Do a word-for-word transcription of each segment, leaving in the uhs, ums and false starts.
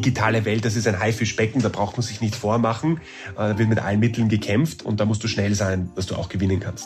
digitale Welt, das ist ein Haifischbecken, da braucht man sich nichts vormachen. Da wird mit allen Mitteln gekämpft und da musst du schnell sein, dass du auch gewinnen kannst.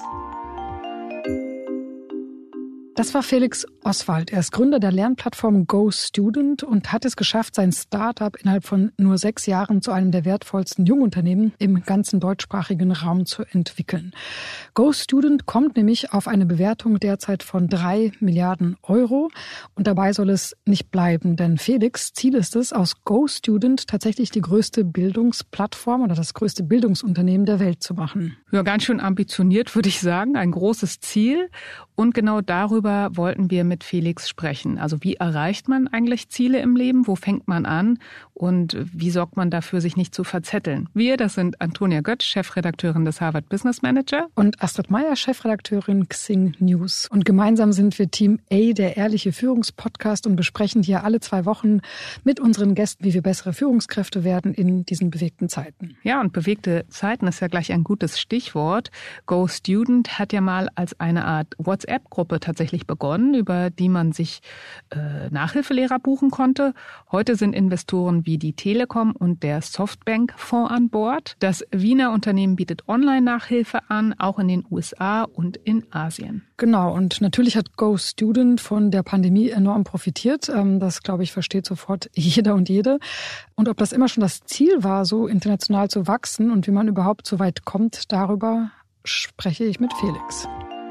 Das war Felix Oswald. Er ist Gründer der Lernplattform GoStudent und hat es geschafft, sein Startup innerhalb von nur sechs Jahren zu einem der wertvollsten Jungunternehmen im ganzen deutschsprachigen Raum zu entwickeln. GoStudent kommt nämlich auf eine Bewertung derzeit von drei Milliarden Euro und dabei soll es nicht bleiben, denn Felix' Ziel ist es, aus GoStudent tatsächlich die größte Bildungsplattform oder das größte Bildungsunternehmen der Welt zu machen. Ja, ganz schön ambitioniert, würde ich sagen. Ein großes Ziel. Und genau darüber wollten wir mit Felix sprechen. Also wie erreicht man eigentlich Ziele im Leben? Wo fängt man an? Und wie sorgt man dafür, sich nicht zu verzetteln? Wir, das sind Antonia Götz, Chefredakteurin des Harvard Business Manager. Und Astrid Meyer, Chefredakteurin Xing News. Und gemeinsam sind wir Team A, der ehrliche Führungspodcast, und besprechen hier alle zwei Wochen mit unseren Gästen, wie wir bessere Führungskräfte werden in diesen bewegten Zeiten. Ja, und bewegte Zeiten ist ja gleich ein gutes Stichwort. GoStudent hat ja mal als eine Art WhatsApp-Gruppe tatsächlich begonnen, über die man sich äh, Nachhilfelehrer buchen konnte. Heute sind Investoren wie die Telekom und der Softbank-Fonds an Bord. Das Wiener Unternehmen bietet Online-Nachhilfe an, auch in den U S A und in Asien. Genau, und natürlich hat GoStudent von der Pandemie enorm profitiert. Das, glaube ich, versteht sofort jeder und jede. Und ob das immer schon das Ziel war, so international zu wachsen und wie man überhaupt so weit kommt, darüber spreche ich mit Felix.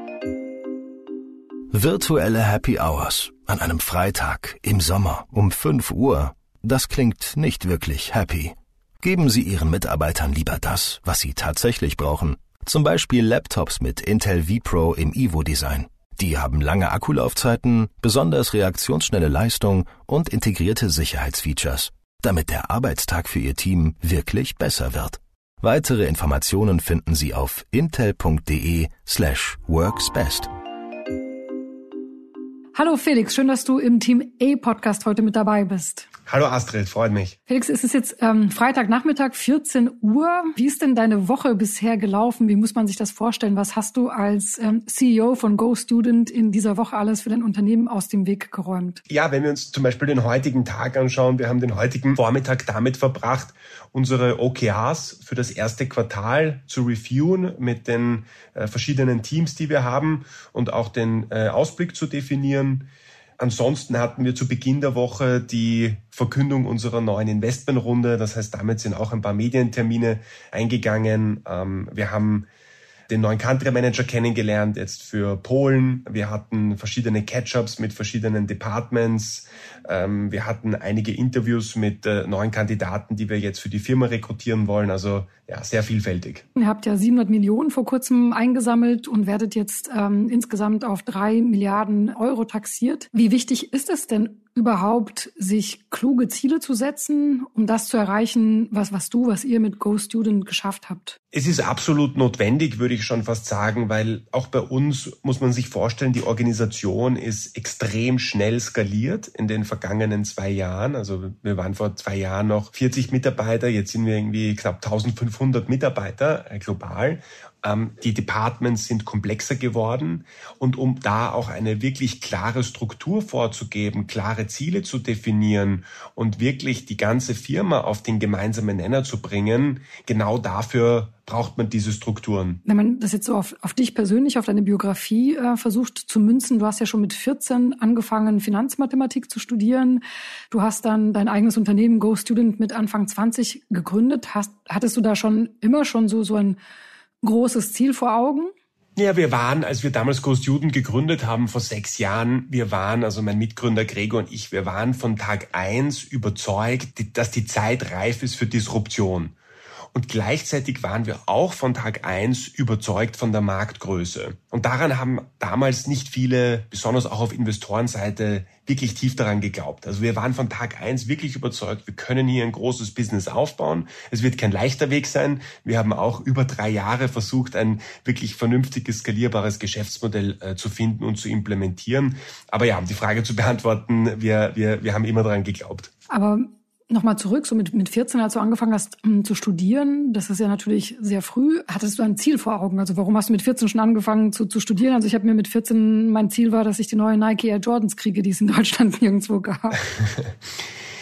Virtuelle Happy Hours an einem Freitag im Sommer um fünf Uhr. Das klingt nicht wirklich happy. Geben Sie Ihren Mitarbeitern lieber das, was sie tatsächlich brauchen. Zum Beispiel Laptops mit Intel vPro im Evo-Design. Die haben lange Akkulaufzeiten, besonders reaktionsschnelle Leistung und integrierte Sicherheitsfeatures, damit der Arbeitstag für Ihr Team wirklich besser wird. Weitere Informationen finden Sie auf intel.de slash worksbest. Hallo Felix, schön, dass du im Team A-Podcast heute mit dabei bist. Hallo Astrid, freut mich. Felix, es ist jetzt ähm, Freitagnachmittag, vierzehn Uhr. Wie ist denn deine Woche bisher gelaufen? Wie muss man sich das vorstellen? Was hast du als ähm, C E O von GoStudent in dieser Woche alles für dein Unternehmen aus dem Weg geräumt? Ja, wenn wir uns zum Beispiel den heutigen Tag anschauen, wir haben den heutigen Vormittag damit verbracht, unsere O K Rs für das erste Quartal zu reviewen mit den äh, verschiedenen Teams, die wir haben und auch den äh, Ausblick zu definieren. Ansonsten hatten wir zu Beginn der Woche die Verkündung unserer neuen Investmentrunde. Das heißt, damit sind auch ein paar Medientermine eingegangen. Ähm, wir haben den neuen Country Manager kennengelernt, jetzt für Polen. Wir hatten verschiedene Catch-ups mit verschiedenen Departments. Ähm, wir hatten einige Interviews mit äh, neuen Kandidaten, die wir jetzt für die Firma rekrutieren wollen. Also ja, sehr vielfältig. Ihr habt ja siebenhundert Millionen vor kurzem eingesammelt und werdet jetzt ähm, insgesamt auf drei Milliarden Euro taxiert. Wie wichtig ist es denn überhaupt, sich kluge Ziele zu setzen, um das zu erreichen, was, was du, was ihr mit GoStudent geschafft habt? Es ist absolut notwendig, würde ich schon fast sagen, weil auch bei uns muss man sich vorstellen, die Organisation ist extrem schnell skaliert in den vergangenen zwei Jahren. Also wir waren vor zwei Jahren noch vierzig Mitarbeiter, jetzt sind wir irgendwie knapp eintausendfünfhundert Mitarbeiter äh, global. Die Departments sind komplexer geworden und um da auch eine wirklich klare Struktur vorzugeben, klare Ziele zu definieren und wirklich die ganze Firma auf den gemeinsamen Nenner zu bringen, genau dafür braucht man diese Strukturen. Wenn man das jetzt so auf, auf dich persönlich, auf deine Biografie äh, versucht zu münzen, du hast ja schon mit vierzehn angefangen, Finanzmathematik zu studieren. Du hast dann dein eigenes Unternehmen GoStudent mit Anfang zwanzig gegründet. Hast, hattest du da schon immer schon so, so ein großes Ziel vor Augen? Ja, wir waren, als wir damals GoStudent gegründet haben, vor sechs Jahren, wir waren, also mein Mitgründer Gregor und ich, wir waren von Tag eins überzeugt, dass die Zeit reif ist für Disruption. Und gleichzeitig waren wir auch von Tag eins überzeugt von der Marktgröße. Und daran haben damals nicht viele, besonders auch auf Investorenseite, wirklich tief daran geglaubt. Also wir waren von Tag eins wirklich überzeugt, wir können hier ein großes Business aufbauen. Es wird kein leichter Weg sein. Wir haben auch über drei Jahre versucht, ein wirklich vernünftiges, skalierbares Geschäftsmodell äh, zu finden und zu implementieren. Aber ja, um die Frage zu beantworten, wir, wir, wir haben immer daran geglaubt. Aber nochmal zurück, so mit, mit vierzehn, als du angefangen hast um, zu studieren, das ist ja natürlich sehr früh. Hattest du ein Ziel vor Augen? Also warum hast du mit vierzehn schon angefangen zu, zu studieren? Also ich habe mir mit vierzehn, mein Ziel war, dass ich die neuen Nike Air Jordans kriege, die es in Deutschland nirgendwo gab.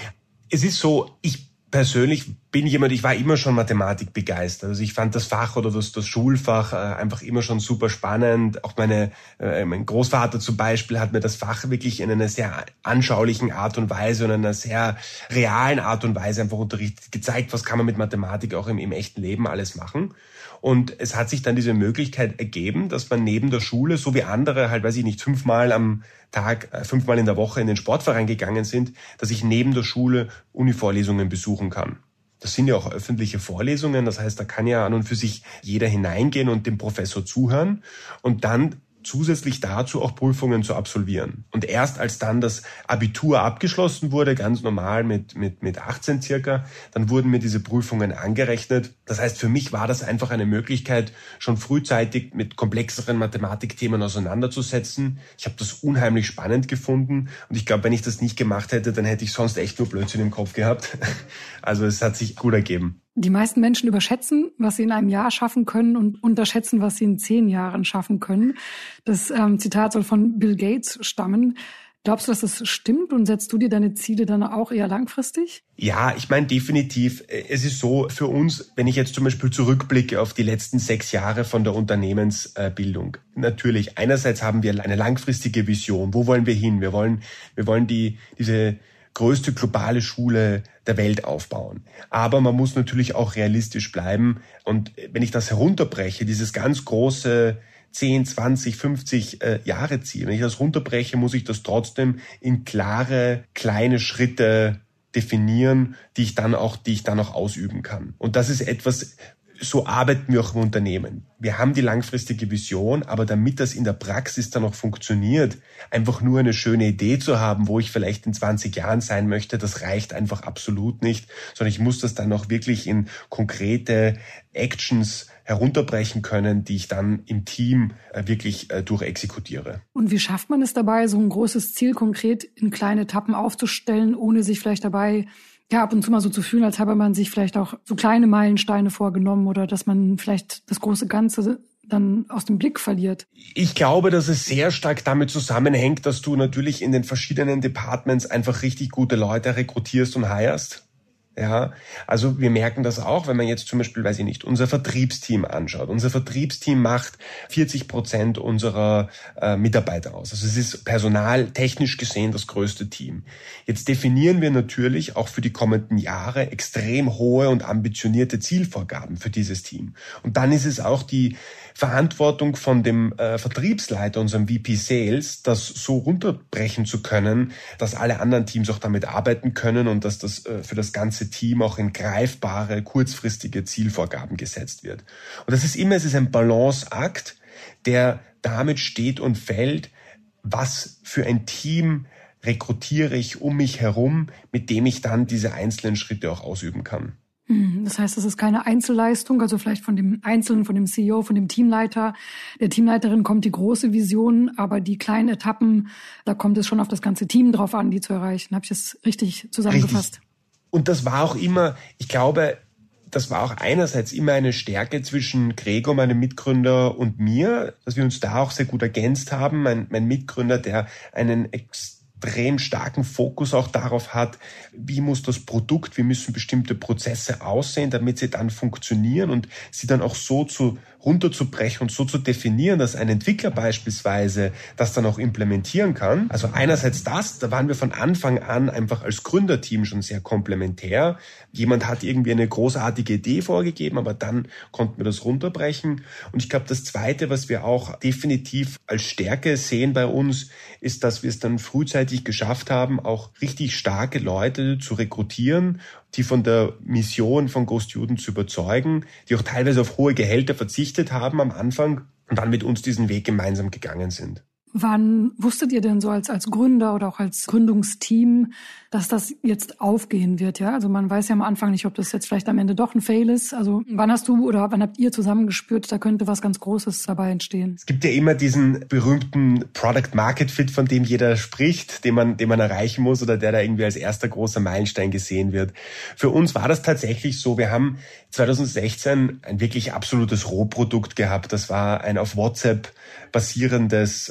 Es ist so, ich persönlich bin jemand, ich war immer schon Mathematik begeistert. Also ich fand das Fach oder das, das Schulfach äh, einfach immer schon super spannend. Auch meine, äh, mein Großvater zum Beispiel hat mir das Fach wirklich in einer sehr anschaulichen Art und Weise und einer sehr realen Art und Weise einfach unterrichtet, gezeigt, was kann man mit Mathematik auch im, im echten Leben alles machen. Und es hat sich dann diese Möglichkeit ergeben, dass man neben der Schule, so wie andere halt, weiß ich nicht, fünfmal am Tag, fünfmal in der Woche in den Sportverein gegangen sind, dass ich neben der Schule Uni-Vorlesungen besuchen kann. Das sind ja auch öffentliche Vorlesungen, das heißt, da kann ja an und für sich jeder hineingehen und dem Professor zuhören und dann zusätzlich dazu auch Prüfungen zu absolvieren. Und erst als dann das Abitur abgeschlossen wurde, ganz normal mit mit mit achtzehn circa, dann wurden mir diese Prüfungen angerechnet. Das heißt, für mich war das einfach eine Möglichkeit, schon frühzeitig mit komplexeren Mathematikthemen auseinanderzusetzen. Ich habe das unheimlich spannend gefunden und ich glaube, wenn ich das nicht gemacht hätte, dann hätte ich sonst echt nur Blödsinn im Kopf gehabt. Also es hat sich gut ergeben. Die meisten Menschen überschätzen, was sie in einem Jahr schaffen können und unterschätzen, was sie in zehn Jahren schaffen können. Das ähm, Zitat soll von Bill Gates stammen. Glaubst du, dass das stimmt und setzt du dir deine Ziele dann auch eher langfristig? Ja, ich meine definitiv. Es ist so für uns, wenn ich jetzt zum Beispiel zurückblicke auf die letzten sechs Jahre von der Unternehmensbildung. Natürlich, einerseits haben wir eine langfristige Vision. Wo wollen wir hin? Wir wollen, wir wollen die, diese größte globale Schule der Welt aufbauen. Aber man muss natürlich auch realistisch bleiben. Und wenn ich das herunterbreche, dieses ganz große zehn, zwanzig, fünfzig äh, Jahre Ziel, wenn ich das runterbreche, muss ich das trotzdem in klare, kleine Schritte definieren, die ich dann auch, die ich dann auch ausüben kann. Und das ist etwas, so arbeiten wir auch im Unternehmen. Wir haben die langfristige Vision, aber damit das in der Praxis dann auch funktioniert, einfach nur eine schöne Idee zu haben, wo ich vielleicht in zwanzig Jahren sein möchte, das reicht einfach absolut nicht, sondern ich muss das dann auch wirklich in konkrete Actions herunterbrechen können, die ich dann im Team wirklich durchexekutiere. Und wie schafft man es dabei, so ein großes Ziel konkret in kleine Etappen aufzustellen, ohne sich vielleicht dabei ja ab und zu mal so zu fühlen, als habe man sich vielleicht auch so kleine Meilensteine vorgenommen oder dass man vielleicht das große Ganze dann aus dem Blick verliert? Ich glaube, dass es sehr stark damit zusammenhängt, dass du natürlich in den verschiedenen Departments einfach richtig gute Leute rekrutierst und hirest. Ja, also wir merken das auch, wenn man jetzt zum Beispiel, weiß ich nicht, unser Vertriebsteam anschaut. Unser Vertriebsteam macht vierzig Prozent unserer äh, Mitarbeiter aus. Also es ist personaltechnisch gesehen das größte Team. Jetzt definieren wir natürlich auch für die kommenden Jahre extrem hohe und ambitionierte Zielvorgaben für dieses Team. Und dann ist es auch die Verantwortung von dem äh, Vertriebsleiter, unserem V P Sales, das so runterbrechen zu können, dass alle anderen Teams auch damit arbeiten können und dass das äh, für das ganze Team auch in greifbare, kurzfristige Zielvorgaben gesetzt wird. Und das ist immer, es ist ein Balanceakt, der damit steht und fällt, was für ein Team rekrutiere ich um mich herum, mit dem ich dann diese einzelnen Schritte auch ausüben kann. Das heißt, das ist keine Einzelleistung, also vielleicht von dem Einzelnen, von dem C E O, von dem Teamleiter. Der Teamleiterin kommt die große Vision, aber die kleinen Etappen, da kommt es schon auf das ganze Team drauf an, die zu erreichen. Habe ich das richtig zusammengefasst? Richtig. Und das war auch immer, ich glaube, das war auch einerseits immer eine Stärke zwischen Gregor, meinem Mitgründer, und mir, dass wir uns da auch sehr gut ergänzt haben. Mein, mein Mitgründer, der einen extrem starken Fokus auch darauf hat, wie muss das Produkt, wie müssen bestimmte Prozesse aussehen, damit sie dann funktionieren und sie dann auch so zu runterzubrechen und so zu definieren, dass ein Entwickler beispielsweise das dann auch implementieren kann. Also einerseits das, da waren wir von Anfang an einfach als Gründerteam schon sehr komplementär. Jemand hat irgendwie eine großartige Idee vorgegeben, aber dann konnten wir das runterbrechen. Und ich glaube, das Zweite, was wir auch definitiv als Stärke sehen bei uns, ist, dass wir es dann frühzeitig geschafft haben, auch richtig starke Leute zu rekrutieren, die von der Mission von GoStudent zu überzeugen, die auch teilweise auf hohe Gehälter verzichtet haben am Anfang und dann mit uns diesen Weg gemeinsam gegangen sind. Wann wusstet ihr denn so als als Gründer oder auch als Gründungsteam, dass das jetzt aufgehen wird? Ja, also man weiß ja am Anfang nicht, ob das jetzt vielleicht am Ende doch ein Fail ist. Also wann hast du oder wann habt ihr zusammengespürt, da könnte was ganz Großes dabei entstehen? Es gibt ja immer diesen berühmten Product Market Fit, von dem jeder spricht, den man den man erreichen muss oder der da irgendwie als erster großer Meilenstein gesehen wird. Für uns war das tatsächlich so. Wir haben zwanzig sechzehn ein wirklich absolutes Rohprodukt gehabt. Das war ein auf WhatsApp basierendes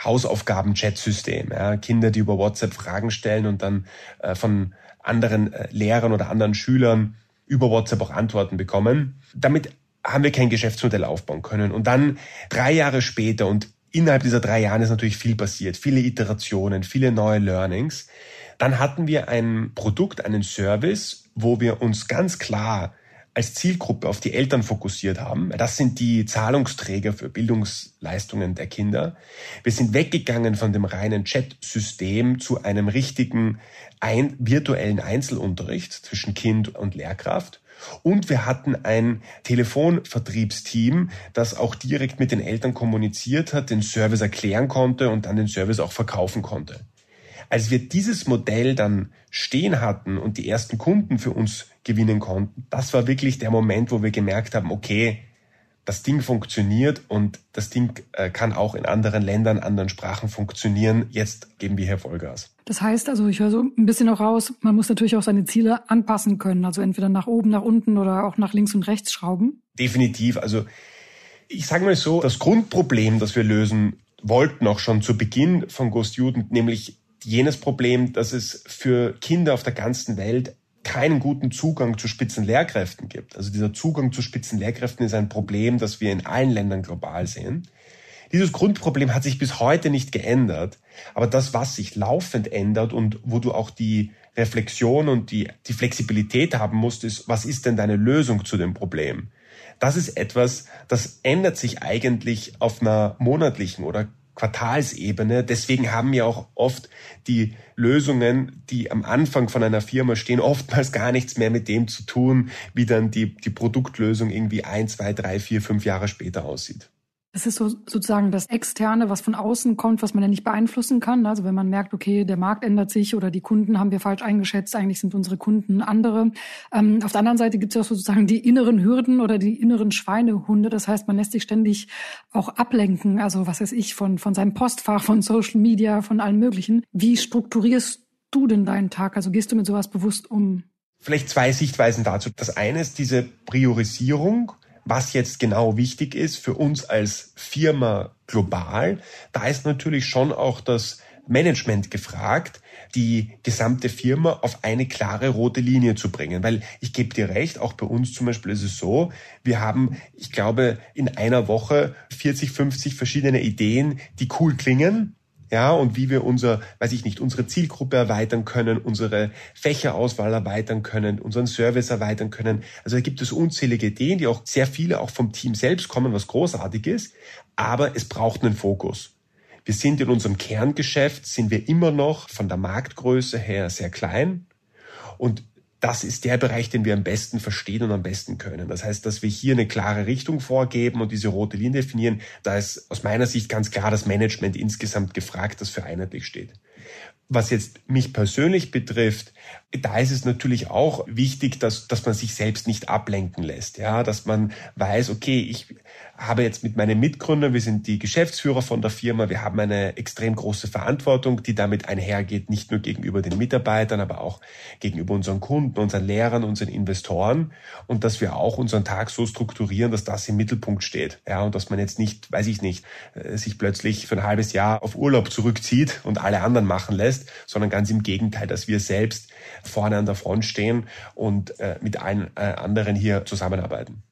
Hausaufgaben-Chat-System. Ja, Kinder, die über WhatsApp Fragen stellen und dann äh, von anderen äh, Lehrern oder anderen Schülern über WhatsApp auch Antworten bekommen. Damit haben wir kein Geschäftsmodell aufbauen können. Und dann drei Jahre später, und innerhalb dieser drei Jahren ist natürlich viel passiert, viele Iterationen, viele neue Learnings. Dann hatten wir ein Produkt, einen Service, wo wir uns ganz klar als Zielgruppe auf die Eltern fokussiert haben. Das sind die Zahlungsträger für Bildungsleistungen der Kinder. Wir sind weggegangen von dem reinen Chat-System zu einem richtigen ein, virtuellen Einzelunterricht zwischen Kind und Lehrkraft. Und wir hatten ein Telefonvertriebsteam, das auch direkt mit den Eltern kommuniziert hat, den Service erklären konnte und dann den Service auch verkaufen konnte. Als wir dieses Modell dann stehen hatten und die ersten Kunden für uns gewinnen konnten, das war wirklich der Moment, wo wir gemerkt haben, okay, das Ding funktioniert und das Ding äh, kann auch in anderen Ländern, anderen Sprachen funktionieren. Jetzt geben wir hier Vollgas. Das heißt also, ich höre so ein bisschen auch raus, man muss natürlich auch seine Ziele anpassen können, also entweder nach oben, nach unten oder auch nach links und rechts schrauben. Definitiv. Also ich sage mal so, das Grundproblem, das wir lösen wollten, auch schon zu Beginn von GoStudent, nämlich jenes Problem, dass es für Kinder auf der ganzen Welt keinen guten Zugang zu Spitzenlehrkräften gibt. Also dieser Zugang zu Spitzenlehrkräften ist ein Problem, das wir in allen Ländern global sehen. Dieses Grundproblem hat sich bis heute nicht geändert. Aber das, was sich laufend ändert und wo du auch die Reflexion und die, die Flexibilität haben musst, ist, was ist denn deine Lösung zu dem Problem? Das ist etwas, das ändert sich eigentlich auf einer monatlichen oder Quartalsebene. Deswegen haben ja auch oft die Lösungen, die am Anfang von einer Firma stehen, oftmals gar nichts mehr mit dem zu tun, wie dann die, die Produktlösung irgendwie ein, zwei, drei, vier, fünf Jahre später aussieht. Das ist so sozusagen das Externe, was von außen kommt, was man ja nicht beeinflussen kann. Also wenn man merkt, okay, der Markt ändert sich oder die Kunden haben wir falsch eingeschätzt, eigentlich sind unsere Kunden andere. Ähm, auf der anderen Seite gibt es ja sozusagen die inneren Hürden oder die inneren Schweinehunde. Das heißt, man lässt sich ständig auch ablenken. Also was weiß ich, von, von seinem Postfach, von Social Media, von allem Möglichen. Wie strukturierst du denn deinen Tag? Also gehst du mit sowas bewusst um? Vielleicht zwei Sichtweisen dazu. Das eine ist diese Priorisierung, was jetzt genau wichtig ist für uns als Firma global. Da ist natürlich schon auch das Management gefragt, die gesamte Firma auf eine klare rote Linie zu bringen. Weil ich gebe dir recht, auch bei uns zum Beispiel ist es so, wir haben, ich glaube, in einer Woche vierzig, fünfzig verschiedene Ideen, die cool klingen. Ja, und wie wir unser, weiß ich nicht, unsere Zielgruppe erweitern können, unsere Fächerauswahl erweitern können, unseren Service erweitern können. Also da gibt es unzählige Ideen, die auch sehr viele auch vom Team selbst kommen, was großartig ist. Aber es braucht einen Fokus. Wir sind in unserem Kerngeschäft, sind wir immer noch von der Marktgröße her sehr klein. Und das ist der Bereich, den wir am besten verstehen und am besten können. Das heißt, dass wir hier eine klare Richtung vorgeben und diese rote Linie definieren. Da ist aus meiner Sicht ganz klar das Management insgesamt gefragt, das für einheitlich steht. Was jetzt mich persönlich betrifft, da ist es natürlich auch wichtig, dass, dass man sich selbst nicht ablenken lässt. Ja, dass man weiß, okay, ich habe jetzt mit meinen Mitgründern, wir sind die Geschäftsführer von der Firma, wir haben eine extrem große Verantwortung, die damit einhergeht, nicht nur gegenüber den Mitarbeitern, aber auch gegenüber unseren Kunden, unseren Lehrern, unseren Investoren, und dass wir auch unseren Tag so strukturieren, dass das im Mittelpunkt steht. Ja, und dass man jetzt nicht, weiß ich nicht, sich plötzlich für ein halbes Jahr auf Urlaub zurückzieht und alle anderen machen lässt, sondern ganz im Gegenteil, dass wir selbst vorne an der Front stehen und äh, mit allen äh, anderen hier zusammenarbeiten.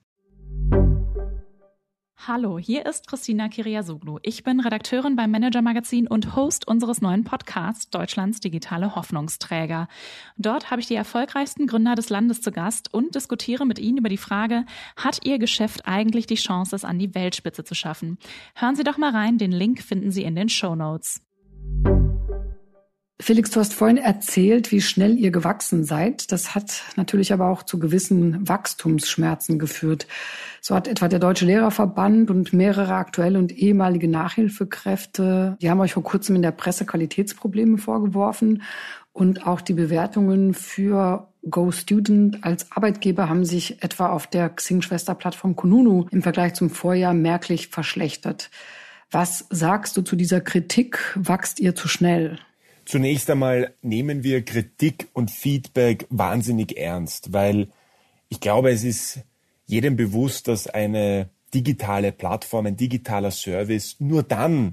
Hallo, hier ist Christina Kyriasoglou. Ich bin Redakteurin beim Manager Magazin und Host unseres neuen Podcasts Deutschlands digitale Hoffnungsträger. Dort habe ich die erfolgreichsten Gründer des Landes zu Gast und diskutiere mit ihnen über die Frage, hat ihr Geschäft eigentlich die Chance, es an die Weltspitze zu schaffen? Hören Sie doch mal rein, den Link finden Sie in den Shownotes. Felix, du hast vorhin erzählt, wie schnell ihr gewachsen seid. Das hat natürlich aber auch zu gewissen Wachstumsschmerzen geführt. So hat etwa der Deutsche Lehrerverband und mehrere aktuelle und ehemalige Nachhilfekräfte, die haben euch vor kurzem in der Presse Qualitätsprobleme vorgeworfen. Und auch die Bewertungen für GoStudent als Arbeitgeber haben sich etwa auf der Xing-Schwesterplattform Kununu im Vergleich zum Vorjahr merklich verschlechtert. Was sagst du zu dieser Kritik? Wachst ihr zu schnell? Zunächst einmal nehmen wir Kritik und Feedback wahnsinnig ernst, weil ich glaube, es ist jedem bewusst, dass eine digitale Plattform, ein digitaler Service nur dann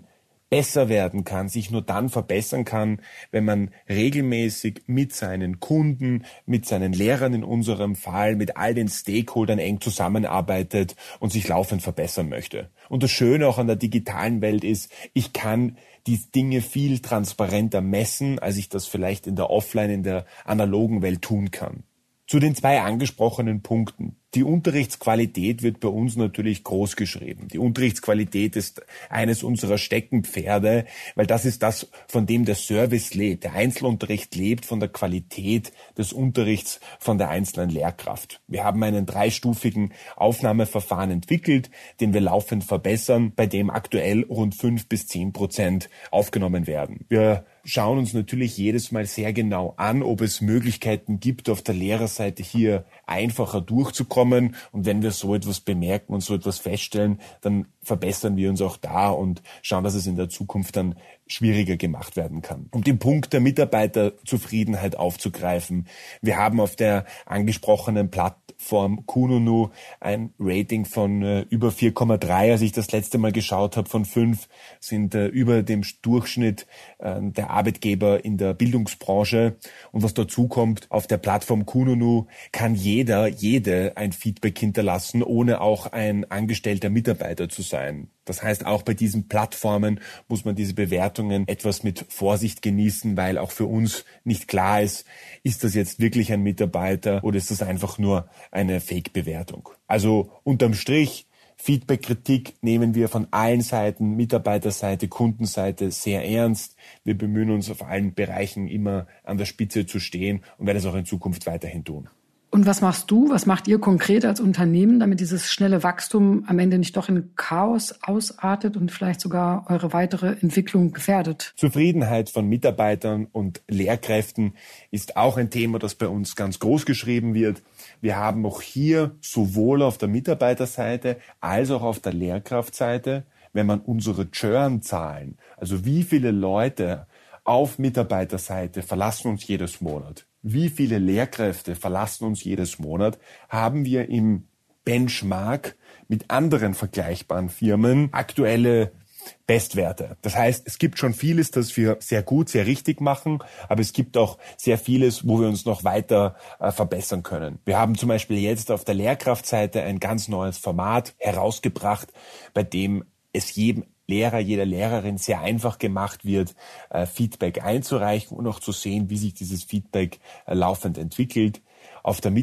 besser werden kann, sich nur dann verbessern kann, wenn man regelmäßig mit seinen Kunden, mit seinen Lehrern in unserem Fall, mit all den Stakeholdern eng zusammenarbeitet und sich laufend verbessern möchte. Und das Schöne auch an der digitalen Welt ist, ich kann die Dinge viel transparenter messen, als ich das vielleicht in der Offline, in der analogen Welt tun kann. Zu den zwei angesprochenen Punkten. Die Unterrichtsqualität wird bei uns natürlich groß geschrieben. Die Unterrichtsqualität ist eines unserer Steckenpferde, weil das ist das, von dem der Service lebt. Der Einzelunterricht lebt von der Qualität des Unterrichts von der einzelnen Lehrkraft. Wir haben einen dreistufigen Aufnahmeverfahren entwickelt, den wir laufend verbessern, bei dem aktuell rund fünf bis zehn Prozent aufgenommen werden. Wir schauen uns natürlich jedes Mal sehr genau an, ob es Möglichkeiten gibt, auf der Lehrerseite hier einfacher durchzukommen. Und wenn wir so etwas bemerken und so etwas feststellen, dann verbessern wir uns auch da und schauen, dass es in der Zukunft dann schwieriger gemacht werden kann. Um den Punkt der Mitarbeiterzufriedenheit aufzugreifen, wir haben auf der angesprochenen Plattform Kununu ein Rating von äh, über vier Komma drei, als ich das letzte Mal geschaut habe, von fünf, sind äh, über dem Durchschnitt äh, der Arbeitgeber in der Bildungsbranche. Und was dazu kommt, auf der Plattform Kununu kann jeder, jede ein Feedback hinterlassen, ohne auch ein angestellter Mitarbeiter zu sein. Das heißt, auch bei diesen Plattformen muss man diese Bewertungen etwas mit Vorsicht genießen, weil auch für uns nicht klar ist, ist das jetzt wirklich ein Mitarbeiter oder ist das einfach nur eine Fake-Bewertung. Also unterm Strich, Feedback, Kritik nehmen wir von allen Seiten, Mitarbeiterseite, Kundenseite sehr ernst. Wir bemühen uns auf allen Bereichen immer an der Spitze zu stehen und werden es auch in Zukunft weiterhin tun. Und was machst du, was macht ihr konkret als Unternehmen, damit dieses schnelle Wachstum am Ende nicht doch in Chaos ausartet und vielleicht sogar eure weitere Entwicklung gefährdet? Zufriedenheit von Mitarbeitern und Lehrkräften ist auch ein Thema, das bei uns ganz groß geschrieben wird. Wir haben auch hier sowohl auf der Mitarbeiterseite als auch auf der Lehrkraftseite, wenn man unsere Churn-Zahlen, also wie viele Leute auf Mitarbeiterseite verlassen uns jedes Monat, wie viele Lehrkräfte verlassen uns jedes Monat, haben wir im Benchmark mit anderen vergleichbaren Firmen aktuelle Bestwerte. Das heißt, es gibt schon vieles, das wir sehr gut, sehr richtig machen, aber es gibt auch sehr vieles, wo wir uns noch weiter äh, verbessern können. Wir haben zum Beispiel jetzt auf der Lehrkraftseite ein ganz neues Format herausgebracht, bei dem es jedem Lehrer, jeder Lehrerin sehr einfach gemacht wird, äh, Feedback einzureichen und auch zu sehen, wie sich dieses Feedback äh, laufend entwickelt. Auf der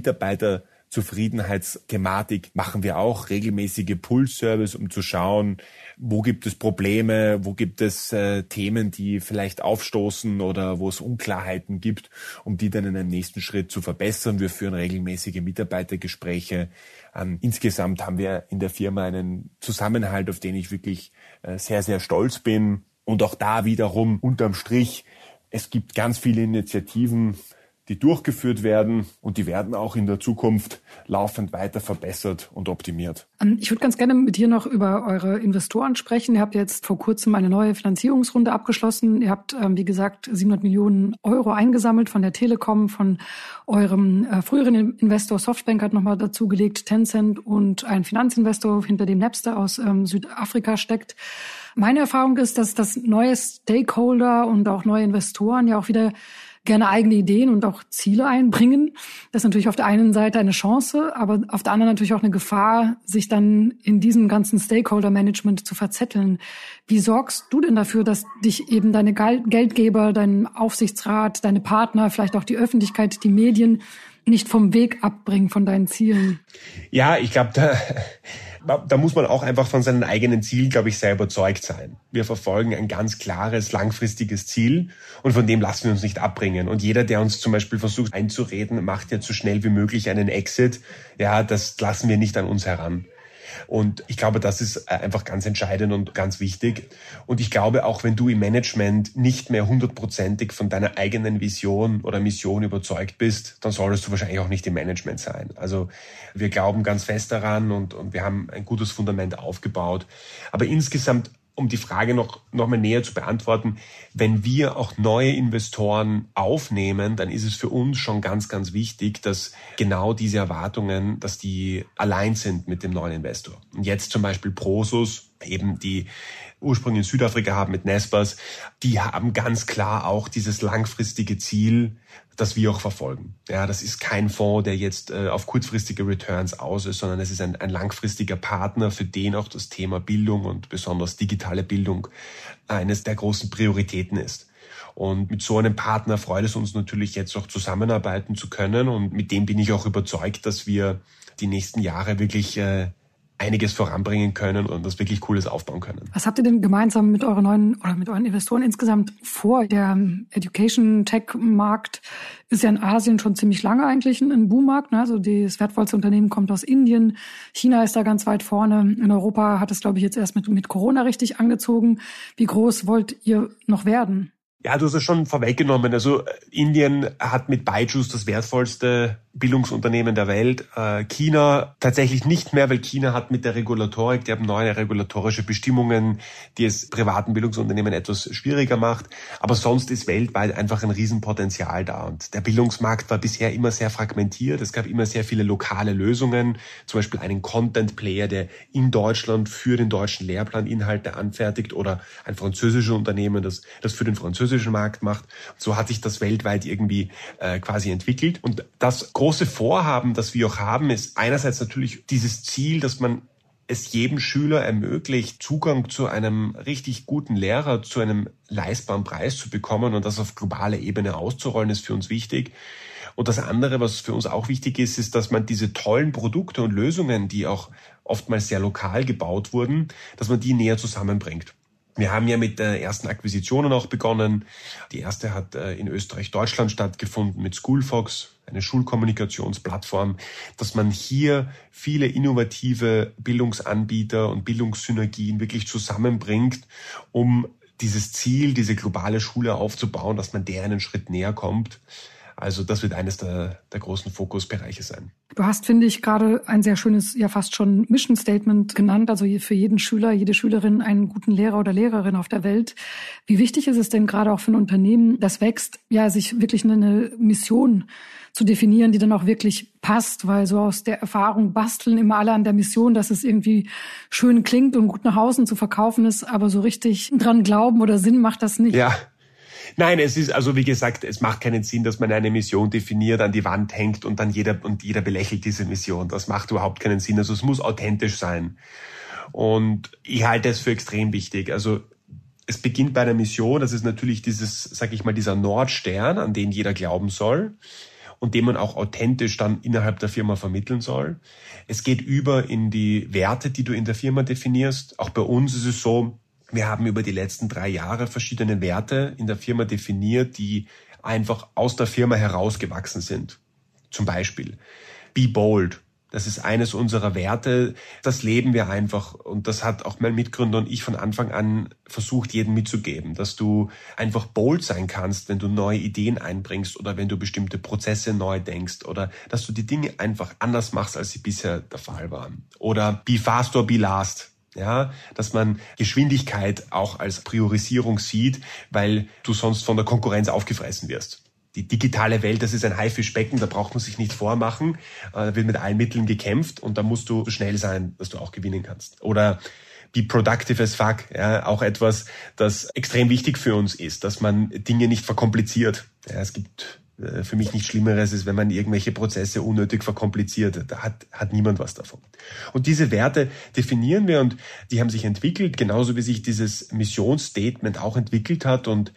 Mitarbeiterzufriedenheitsthematik machen wir auch regelmäßige Pulse-Service, um zu schauen, wo gibt es Probleme, wo gibt es äh, Themen, die vielleicht aufstoßen oder wo es Unklarheiten gibt, um die dann in einem nächsten Schritt zu verbessern. Wir führen regelmäßige Mitarbeitergespräche. Ähm, insgesamt haben wir in der Firma einen Zusammenhalt, auf den ich wirklich äh, sehr, sehr stolz bin. Und auch da wiederum unterm Strich, es gibt ganz viele Initiativen, die durchgeführt werden und die werden auch in der Zukunft laufend weiter verbessert und optimiert. Ich würde ganz gerne mit dir noch über eure Investoren sprechen. Ihr habt jetzt vor kurzem eine neue Finanzierungsrunde abgeschlossen. Ihr habt, wie gesagt, siebenhundert Millionen Euro eingesammelt von der Telekom, von eurem früheren Investor Softbank hat nochmal dazugelegt, Tencent und ein Finanzinvestor, hinter dem Napster aus Südafrika steckt. Meine Erfahrung ist, dass das neue Stakeholder und auch neue Investoren ja auch wieder gerne eigene Ideen und auch Ziele einbringen. Das ist natürlich auf der einen Seite eine Chance, aber auf der anderen natürlich auch eine Gefahr, sich dann in diesem ganzen Stakeholder-Management zu verzetteln. Wie sorgst du denn dafür, dass dich eben deine Geldgeber, dein Aufsichtsrat, deine Partner, vielleicht auch die Öffentlichkeit, die Medien nicht vom Weg abbringen von deinen Zielen? Ja, ich glaube, da, da muss man auch einfach von seinen eigenen Zielen, glaube ich, sehr überzeugt sein. Wir verfolgen ein ganz klares, langfristiges Ziel und von dem lassen wir uns nicht abbringen. Und jeder, der uns zum Beispiel versucht einzureden, macht ja so schnell wie möglich einen Exit, ja, das lassen wir nicht an uns heran. Und ich glaube, das ist einfach ganz entscheidend und ganz wichtig. Und ich glaube, auch wenn du im Management nicht mehr hundertprozentig von deiner eigenen Vision oder Mission überzeugt bist, dann solltest du wahrscheinlich auch nicht im Management sein. Also wir glauben ganz fest daran und, und wir haben ein gutes Fundament aufgebaut. Aber insgesamt, um die Frage noch, noch mal näher zu beantworten, wenn wir auch neue Investoren aufnehmen, dann ist es für uns schon ganz, ganz wichtig, dass genau diese Erwartungen, dass die allein sind mit dem neuen Investor. Und jetzt zum Beispiel Prosus, eben die Ursprung in Südafrika haben mit Naspers, die haben ganz klar auch dieses langfristige Ziel, das wir auch verfolgen. Ja, das ist kein Fonds, der jetzt äh, auf kurzfristige Returns aus ist, sondern es ist ein, ein langfristiger Partner, für den auch das Thema Bildung und besonders digitale Bildung eines der großen Prioritäten ist. Und mit so einem Partner freut es uns natürlich jetzt auch zusammenarbeiten zu können. Und mit dem bin ich auch überzeugt, dass wir die nächsten Jahre wirklich äh, einiges voranbringen können und was wirklich Cooles aufbauen können. Was habt ihr denn gemeinsam mit euren neuen oder mit euren Investoren insgesamt vor? Der Education-Tech-Markt ist ja in Asien schon ziemlich lange eigentlich ein Boommarkt. Ne? Also das wertvollste Unternehmen kommt aus Indien. China ist da ganz weit vorne. In Europa hat es, glaube ich, jetzt erst mit, mit Corona richtig angezogen. Wie groß wollt ihr noch werden? Ja, du hast es schon vorweggenommen. Also Indien hat mit Byju's das wertvollste Bildungsunternehmen der Welt. China tatsächlich nicht mehr, weil China hat mit der Regulatorik, die haben neue regulatorische Bestimmungen, die es privaten Bildungsunternehmen etwas schwieriger macht. Aber sonst ist weltweit einfach ein Riesenpotenzial da. Und der Bildungsmarkt war bisher immer sehr fragmentiert. Es gab immer sehr viele lokale Lösungen. Zum Beispiel einen Content-Player, der in Deutschland für den deutschen Lehrplan Inhalte anfertigt, oder ein französisches Unternehmen, das das für den französischen Markt macht. So hat sich das weltweit irgendwie äh, quasi entwickelt. Und das große Vorhaben, das wir auch haben, ist einerseits natürlich dieses Ziel, dass man es jedem Schüler ermöglicht, Zugang zu einem richtig guten Lehrer, zu einem leistbaren Preis zu bekommen, und das auf globaler Ebene auszurollen, ist für uns wichtig. Und das andere, was für uns auch wichtig ist, ist, dass man diese tollen Produkte und Lösungen, die auch oftmals sehr lokal gebaut wurden, dass man die näher zusammenbringt. Wir haben ja mit der ersten Akquisitionen auch begonnen. Die erste hat in Österreich, Deutschland stattgefunden mit Schoolfox, eine Schulkommunikationsplattform, dass man hier viele innovative Bildungsanbieter und Bildungssynergien wirklich zusammenbringt, um dieses Ziel, diese globale Schule aufzubauen, dass man der einen Schritt näher kommt. Also das wird eines der, der großen Fokusbereiche sein. Du hast, finde ich, gerade ein sehr schönes, ja fast schon Mission Statement genannt, also für jeden Schüler, jede Schülerin einen guten Lehrer oder Lehrerin auf der Welt. Wie wichtig ist es denn gerade auch für ein Unternehmen, das wächst, ja, sich wirklich eine Mission zu definieren, die dann auch wirklich passt, weil so aus der Erfahrung basteln immer alle an der Mission, dass es irgendwie schön klingt und gut nach außen zu verkaufen ist, aber so richtig dran glauben oder Sinn macht das nicht. Ja. Nein, es ist, also wie gesagt, es macht keinen Sinn, dass man eine Mission definiert, an die Wand hängt und dann jeder, und jeder belächelt diese Mission. Das macht überhaupt keinen Sinn. Also es muss authentisch sein. Und ich halte es für extrem wichtig. Also es beginnt bei einer Mission. Das ist natürlich dieses, sag ich mal, dieser Nordstern, an den jeder glauben soll und den man auch authentisch dann innerhalb der Firma vermitteln soll. Es geht über in die Werte, die du in der Firma definierst. Auch bei uns ist es so, wir haben über die letzten drei Jahre verschiedene Werte in der Firma definiert, die einfach aus der Firma herausgewachsen sind. Zum Beispiel Be Bold. Das ist eines unserer Werte. Das leben wir einfach. Und das hat auch mein Mitgründer und ich von Anfang an versucht, jedem mitzugeben, dass du einfach bold sein kannst, wenn du neue Ideen einbringst oder wenn du bestimmte Prozesse neu denkst oder dass du die Dinge einfach anders machst, als sie bisher der Fall waren. Oder Be Fast or Be Last. Ja, dass man Geschwindigkeit auch als Priorisierung sieht, weil du sonst von der Konkurrenz aufgefressen wirst. Die digitale Welt, das ist ein Haifischbecken, da braucht man sich nicht vormachen, da wird mit allen Mitteln gekämpft und da musst du schnell sein, dass du auch gewinnen kannst. Oder be productive as fuck, ja, auch etwas, das extrem wichtig für uns ist, dass man Dinge nicht verkompliziert. Ja, es gibt für mich nichts Schlimmeres ist, wenn man irgendwelche Prozesse unnötig verkompliziert. Da hat, hat niemand was davon. Und diese Werte definieren wir und die haben sich entwickelt, genauso wie sich dieses Missionsstatement auch entwickelt hat, und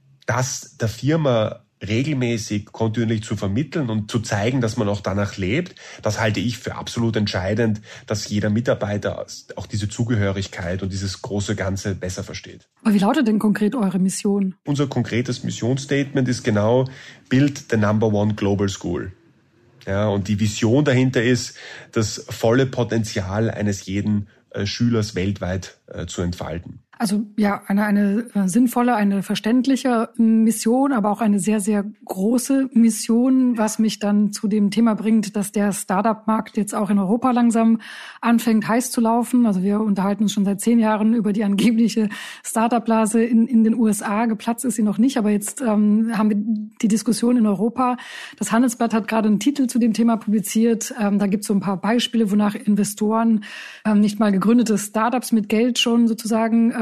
das der Firma regelmäßig kontinuierlich zu vermitteln und zu zeigen, dass man auch danach lebt, das halte ich für absolut entscheidend, dass jeder Mitarbeiter auch diese Zugehörigkeit und dieses große Ganze besser versteht. Aber wie lautet denn konkret eure Mission? Unser konkretes Missionsstatement ist genau Build the number one global school. Ja, und die Vision dahinter ist, das volle Potenzial eines jeden äh, Schülers weltweit äh, zu entfalten. Also ja, eine, eine sinnvolle, eine verständliche Mission, aber auch eine sehr, sehr große Mission, was mich dann zu dem Thema bringt, dass der Startup-Markt jetzt auch in Europa langsam anfängt heiß zu laufen. Also wir unterhalten uns schon seit zehn Jahren über die angebliche Startup-Blase in, in den U S A. Geplatzt ist sie noch nicht, aber jetzt ähm, haben wir die Diskussion in Europa. Das Handelsblatt hat gerade einen Titel zu dem Thema publiziert. Ähm, da gibt es so ein paar Beispiele, wonach Investoren ähm, nicht mal gegründete Startups mit Geld schon sozusagen ähm,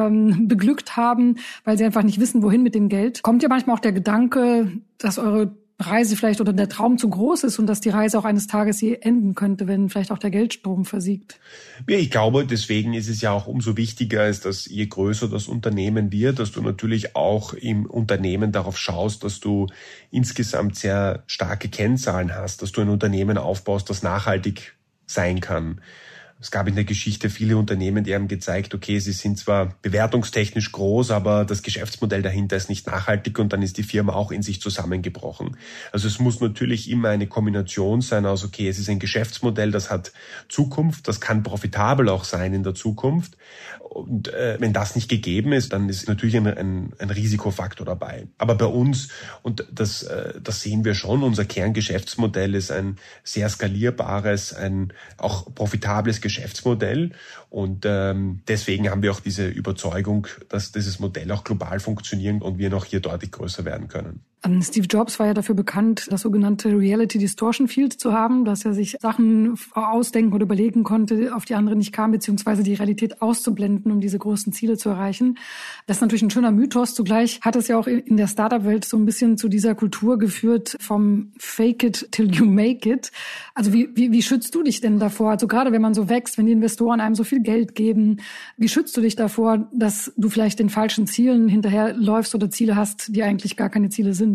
ähm, beglückt haben, weil sie einfach nicht wissen, wohin mit dem Geld. Kommt ja manchmal auch der Gedanke, dass eure Reise vielleicht oder der Traum zu groß ist und dass die Reise auch eines Tages je enden könnte, wenn vielleicht auch der Geldstrom versiegt? Ja, ich glaube, deswegen ist es ja auch umso wichtiger, ist, dass je größer das Unternehmen wird, dass du natürlich auch im Unternehmen darauf schaust, dass du insgesamt sehr starke Kennzahlen hast, dass du ein Unternehmen aufbaust, das nachhaltig sein kann. Es gab in der Geschichte viele Unternehmen, die haben gezeigt, okay, sie sind zwar bewertungstechnisch groß, aber das Geschäftsmodell dahinter ist nicht nachhaltig und dann ist die Firma auch in sich zusammengebrochen. Also es muss natürlich immer eine Kombination sein aus, okay, es ist ein Geschäftsmodell, das hat Zukunft, das kann profitabel auch sein in der Zukunft. Und äh, wenn das nicht gegeben ist, dann ist natürlich ein, ein, ein Risikofaktor dabei. Aber bei uns, und das, äh, das sehen wir schon, unser Kerngeschäftsmodell ist ein sehr skalierbares, ein auch profitables Geschäftsmodell. Und ähm, deswegen haben wir auch diese Überzeugung, dass dieses Modell auch global funktionieren und wir noch hier deutlich größer werden können. Steve Jobs war ja dafür bekannt, das sogenannte Reality Distortion Field zu haben, dass er sich Sachen ausdenken oder überlegen konnte, auf die anderen nicht kamen, beziehungsweise die Realität auszublenden, um diese großen Ziele zu erreichen. Das ist natürlich ein schöner Mythos. Zugleich hat es ja auch in der Startup-Welt so ein bisschen zu dieser Kultur geführt vom Fake it till you make it. Also wie, wie, wie schützt du dich denn davor? Also gerade wenn man so wächst, wenn die Investoren einem so viel Geld geben, wie schützt du dich davor, dass du vielleicht den falschen Zielen hinterherläufst oder Ziele hast, die eigentlich gar keine Ziele sind?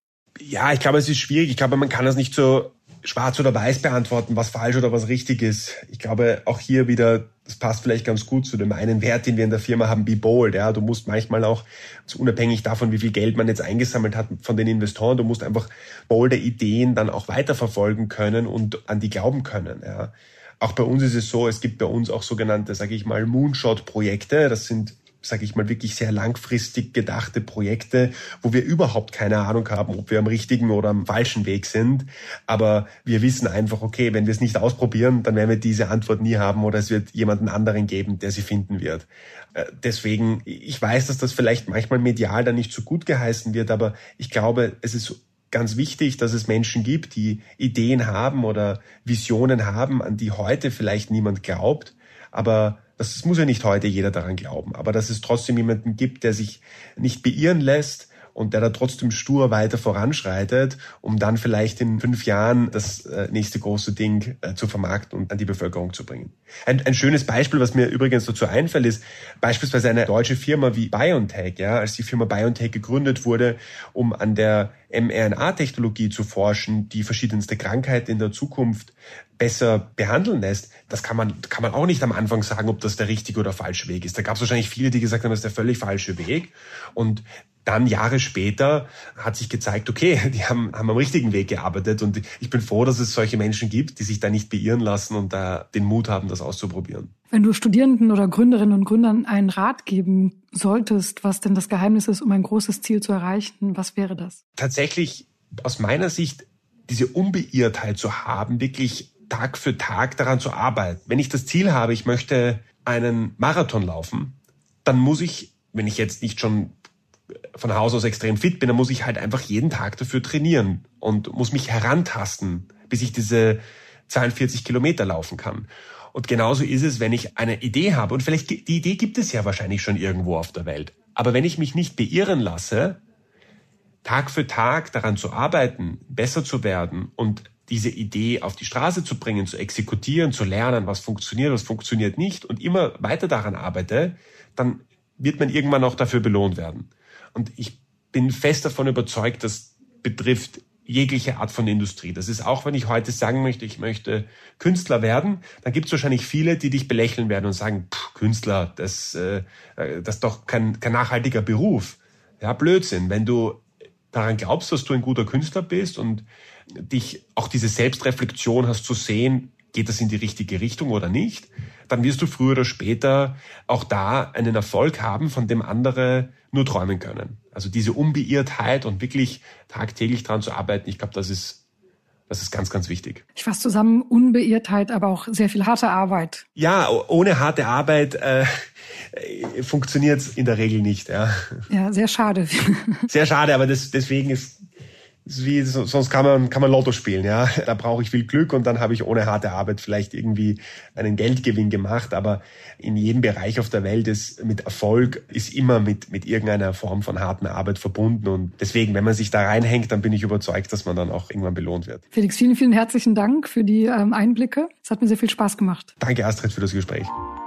Ja, ich glaube, es ist schwierig. Ich glaube, man kann das nicht so schwarz oder weiß beantworten, was falsch oder was richtig ist. Ich glaube, auch hier wieder, das passt vielleicht ganz gut zu dem einen Wert, den wir in der Firma haben, be bold. Ja, du musst manchmal auch, also unabhängig davon, wie viel Geld man jetzt eingesammelt hat von den Investoren, du musst einfach bolde Ideen dann auch weiterverfolgen können und an die glauben können. Ja. Auch bei uns ist es so, es gibt bei uns auch sogenannte, sage ich mal, Moonshot-Projekte. Das sind, sage ich mal, wirklich sehr langfristig gedachte Projekte, wo wir überhaupt keine Ahnung haben, ob wir am richtigen oder am falschen Weg sind. Aber wir wissen einfach, okay, wenn wir es nicht ausprobieren, dann werden wir diese Antwort nie haben oder es wird jemanden anderen geben, der sie finden wird. Deswegen, ich weiß, dass das vielleicht manchmal medial dann nicht so gut geheißen wird, aber ich glaube, es ist ganz wichtig, dass es Menschen gibt, die Ideen haben oder Visionen haben, an die heute vielleicht niemand glaubt, aber das muss ja nicht heute jeder daran glauben, aber dass es trotzdem jemanden gibt, der sich nicht beirren lässt und der da trotzdem stur weiter voranschreitet, um dann vielleicht in fünf Jahren das nächste große Ding zu vermarkten und an die Bevölkerung zu bringen. Ein, ein schönes Beispiel, was mir übrigens dazu einfällt, ist beispielsweise eine deutsche Firma wie BioNTech. Ja, als die Firma BioNTech gegründet wurde, um an der mRNA-Technologie zu forschen, die verschiedenste Krankheiten in der Zukunft besser behandeln lässt, das kann man kann man auch nicht am Anfang sagen, ob das der richtige oder falsche Weg ist. Da gab es wahrscheinlich viele, die gesagt haben, das ist der völlig falsche Weg. Und dann Jahre später hat sich gezeigt, okay, die haben, haben am richtigen Weg gearbeitet. Und ich bin froh, dass es solche Menschen gibt, die sich da nicht beirren lassen und da den Mut haben, das auszuprobieren. Wenn du Studierenden oder Gründerinnen und Gründern einen Rat geben solltest, was denn das Geheimnis ist, um ein großes Ziel zu erreichen, was wäre das? Tatsächlich aus meiner Sicht diese Unbeirrtheit zu haben, wirklich Tag für Tag daran zu arbeiten. Wenn ich das Ziel habe, ich möchte einen Marathon laufen, dann muss ich, wenn ich jetzt nicht schon von Haus aus extrem fit bin, dann muss ich halt einfach jeden Tag dafür trainieren und muss mich herantasten, bis ich diese zweiundvierzig Kilometer laufen kann. Und genauso ist es, wenn ich eine Idee habe. Und vielleicht, die Idee gibt es ja wahrscheinlich schon irgendwo auf der Welt. Aber wenn ich mich nicht beirren lasse, Tag für Tag daran zu arbeiten, besser zu werden und diese Idee auf die Straße zu bringen, zu exekutieren, zu lernen, was funktioniert, was funktioniert nicht und immer weiter daran arbeite, dann wird man irgendwann auch dafür belohnt werden. Und ich bin fest davon überzeugt, das betrifft jegliche Art von Industrie. Das ist auch, wenn ich heute sagen möchte, ich möchte Künstler werden, dann gibt es wahrscheinlich viele, die dich belächeln werden und sagen, pff, Künstler, das, äh, das ist doch kein, kein nachhaltiger Beruf. Ja, Blödsinn. Wenn du daran glaubst, dass du ein guter Künstler bist und dich auch diese Selbstreflexion hast zu sehen, geht das in die richtige Richtung oder nicht, dann wirst du früher oder später auch da einen Erfolg haben, von dem andere nur träumen können. Also diese Unbeirrtheit und wirklich tagtäglich daran zu arbeiten, ich glaube, das ist das ist ganz, ganz wichtig. Ich fasse zusammen, Unbeirrtheit, aber auch sehr viel harte Arbeit. Ja, ohne harte Arbeit äh, funktioniert es in der Regel nicht. Ja, ja, sehr schade. Sehr schade, aber das, deswegen ist Wie, sonst kann man, kann man Lotto spielen, ja. Da brauche ich viel Glück und dann habe ich ohne harte Arbeit vielleicht irgendwie einen Geldgewinn gemacht. Aber in jedem Bereich auf der Welt ist mit Erfolg ist immer mit, mit irgendeiner Form von harter Arbeit verbunden. Und deswegen, wenn man sich da reinhängt, dann bin ich überzeugt, dass man dann auch irgendwann belohnt wird. Felix, vielen, vielen herzlichen Dank für die ähm, Einblicke. Es hat mir sehr viel Spaß gemacht. Danke, Astrid, für das Gespräch.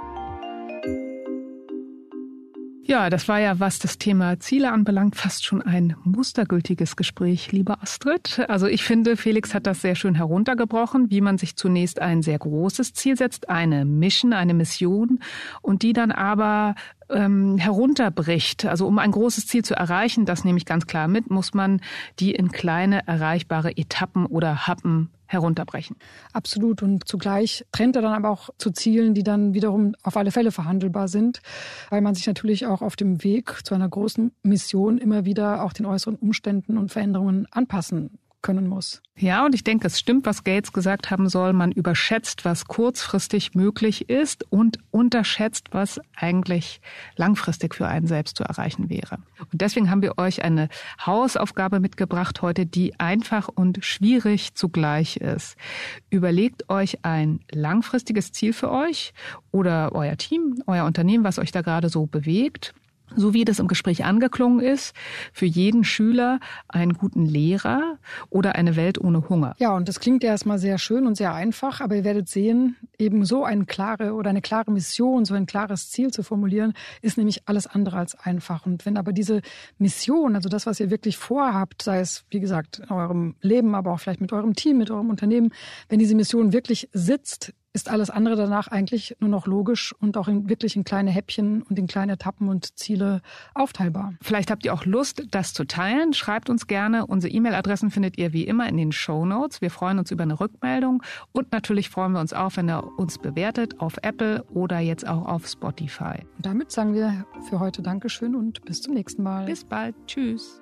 Ja, das war ja, was das Thema Ziele anbelangt, fast schon ein mustergültiges Gespräch, liebe Astrid. Also ich finde, Felix hat das sehr schön heruntergebrochen, wie man sich zunächst ein sehr großes Ziel setzt, eine Mission, eine Mission und die dann aber ähm, herunterbricht. Also um ein großes Ziel zu erreichen, das nehme ich ganz klar mit, muss man die in kleine erreichbare Etappen oder Happen herunterbrechen. Absolut. Und zugleich trennt er dann aber auch zu Zielen, die dann wiederum auf alle Fälle verhandelbar sind, weil man sich natürlich auch auf dem Weg zu einer großen Mission immer wieder auch den äußeren Umständen und Veränderungen anpassen können muss. Ja, und ich denke, es stimmt, was Gates gesagt haben soll. Man überschätzt, was kurzfristig möglich ist und unterschätzt, was eigentlich langfristig für einen selbst zu erreichen wäre. Und deswegen haben wir euch eine Hausaufgabe mitgebracht heute, die einfach und schwierig zugleich ist. Überlegt euch ein langfristiges Ziel für euch oder euer Team, euer Unternehmen, was euch da gerade so bewegt. So wie das im Gespräch angeklungen ist, für jeden Schüler einen guten Lehrer oder eine Welt ohne Hunger. Ja, und das klingt ja erstmal sehr schön und sehr einfach, aber ihr werdet sehen, eben so eine klare oder eine klare Mission, so ein klares Ziel zu formulieren, ist nämlich alles andere als einfach. Und wenn aber diese Mission, also das, was ihr wirklich vorhabt, sei es, wie gesagt, in eurem Leben, aber auch vielleicht mit eurem Team, mit eurem Unternehmen, wenn diese Mission wirklich sitzt, ist alles andere danach eigentlich nur noch logisch und auch in, wirklich in kleine Häppchen und in kleine Etappen und Ziele aufteilbar. Vielleicht habt ihr auch Lust, das zu teilen. Schreibt uns gerne. Unsere E-Mail-Adressen findet ihr wie immer in den Shownotes. Wir freuen uns über eine Rückmeldung und natürlich freuen wir uns auch, wenn ihr uns bewertet auf Apple oder jetzt auch auf Spotify. Und damit sagen wir für heute Dankeschön und bis zum nächsten Mal. Bis bald. Tschüss.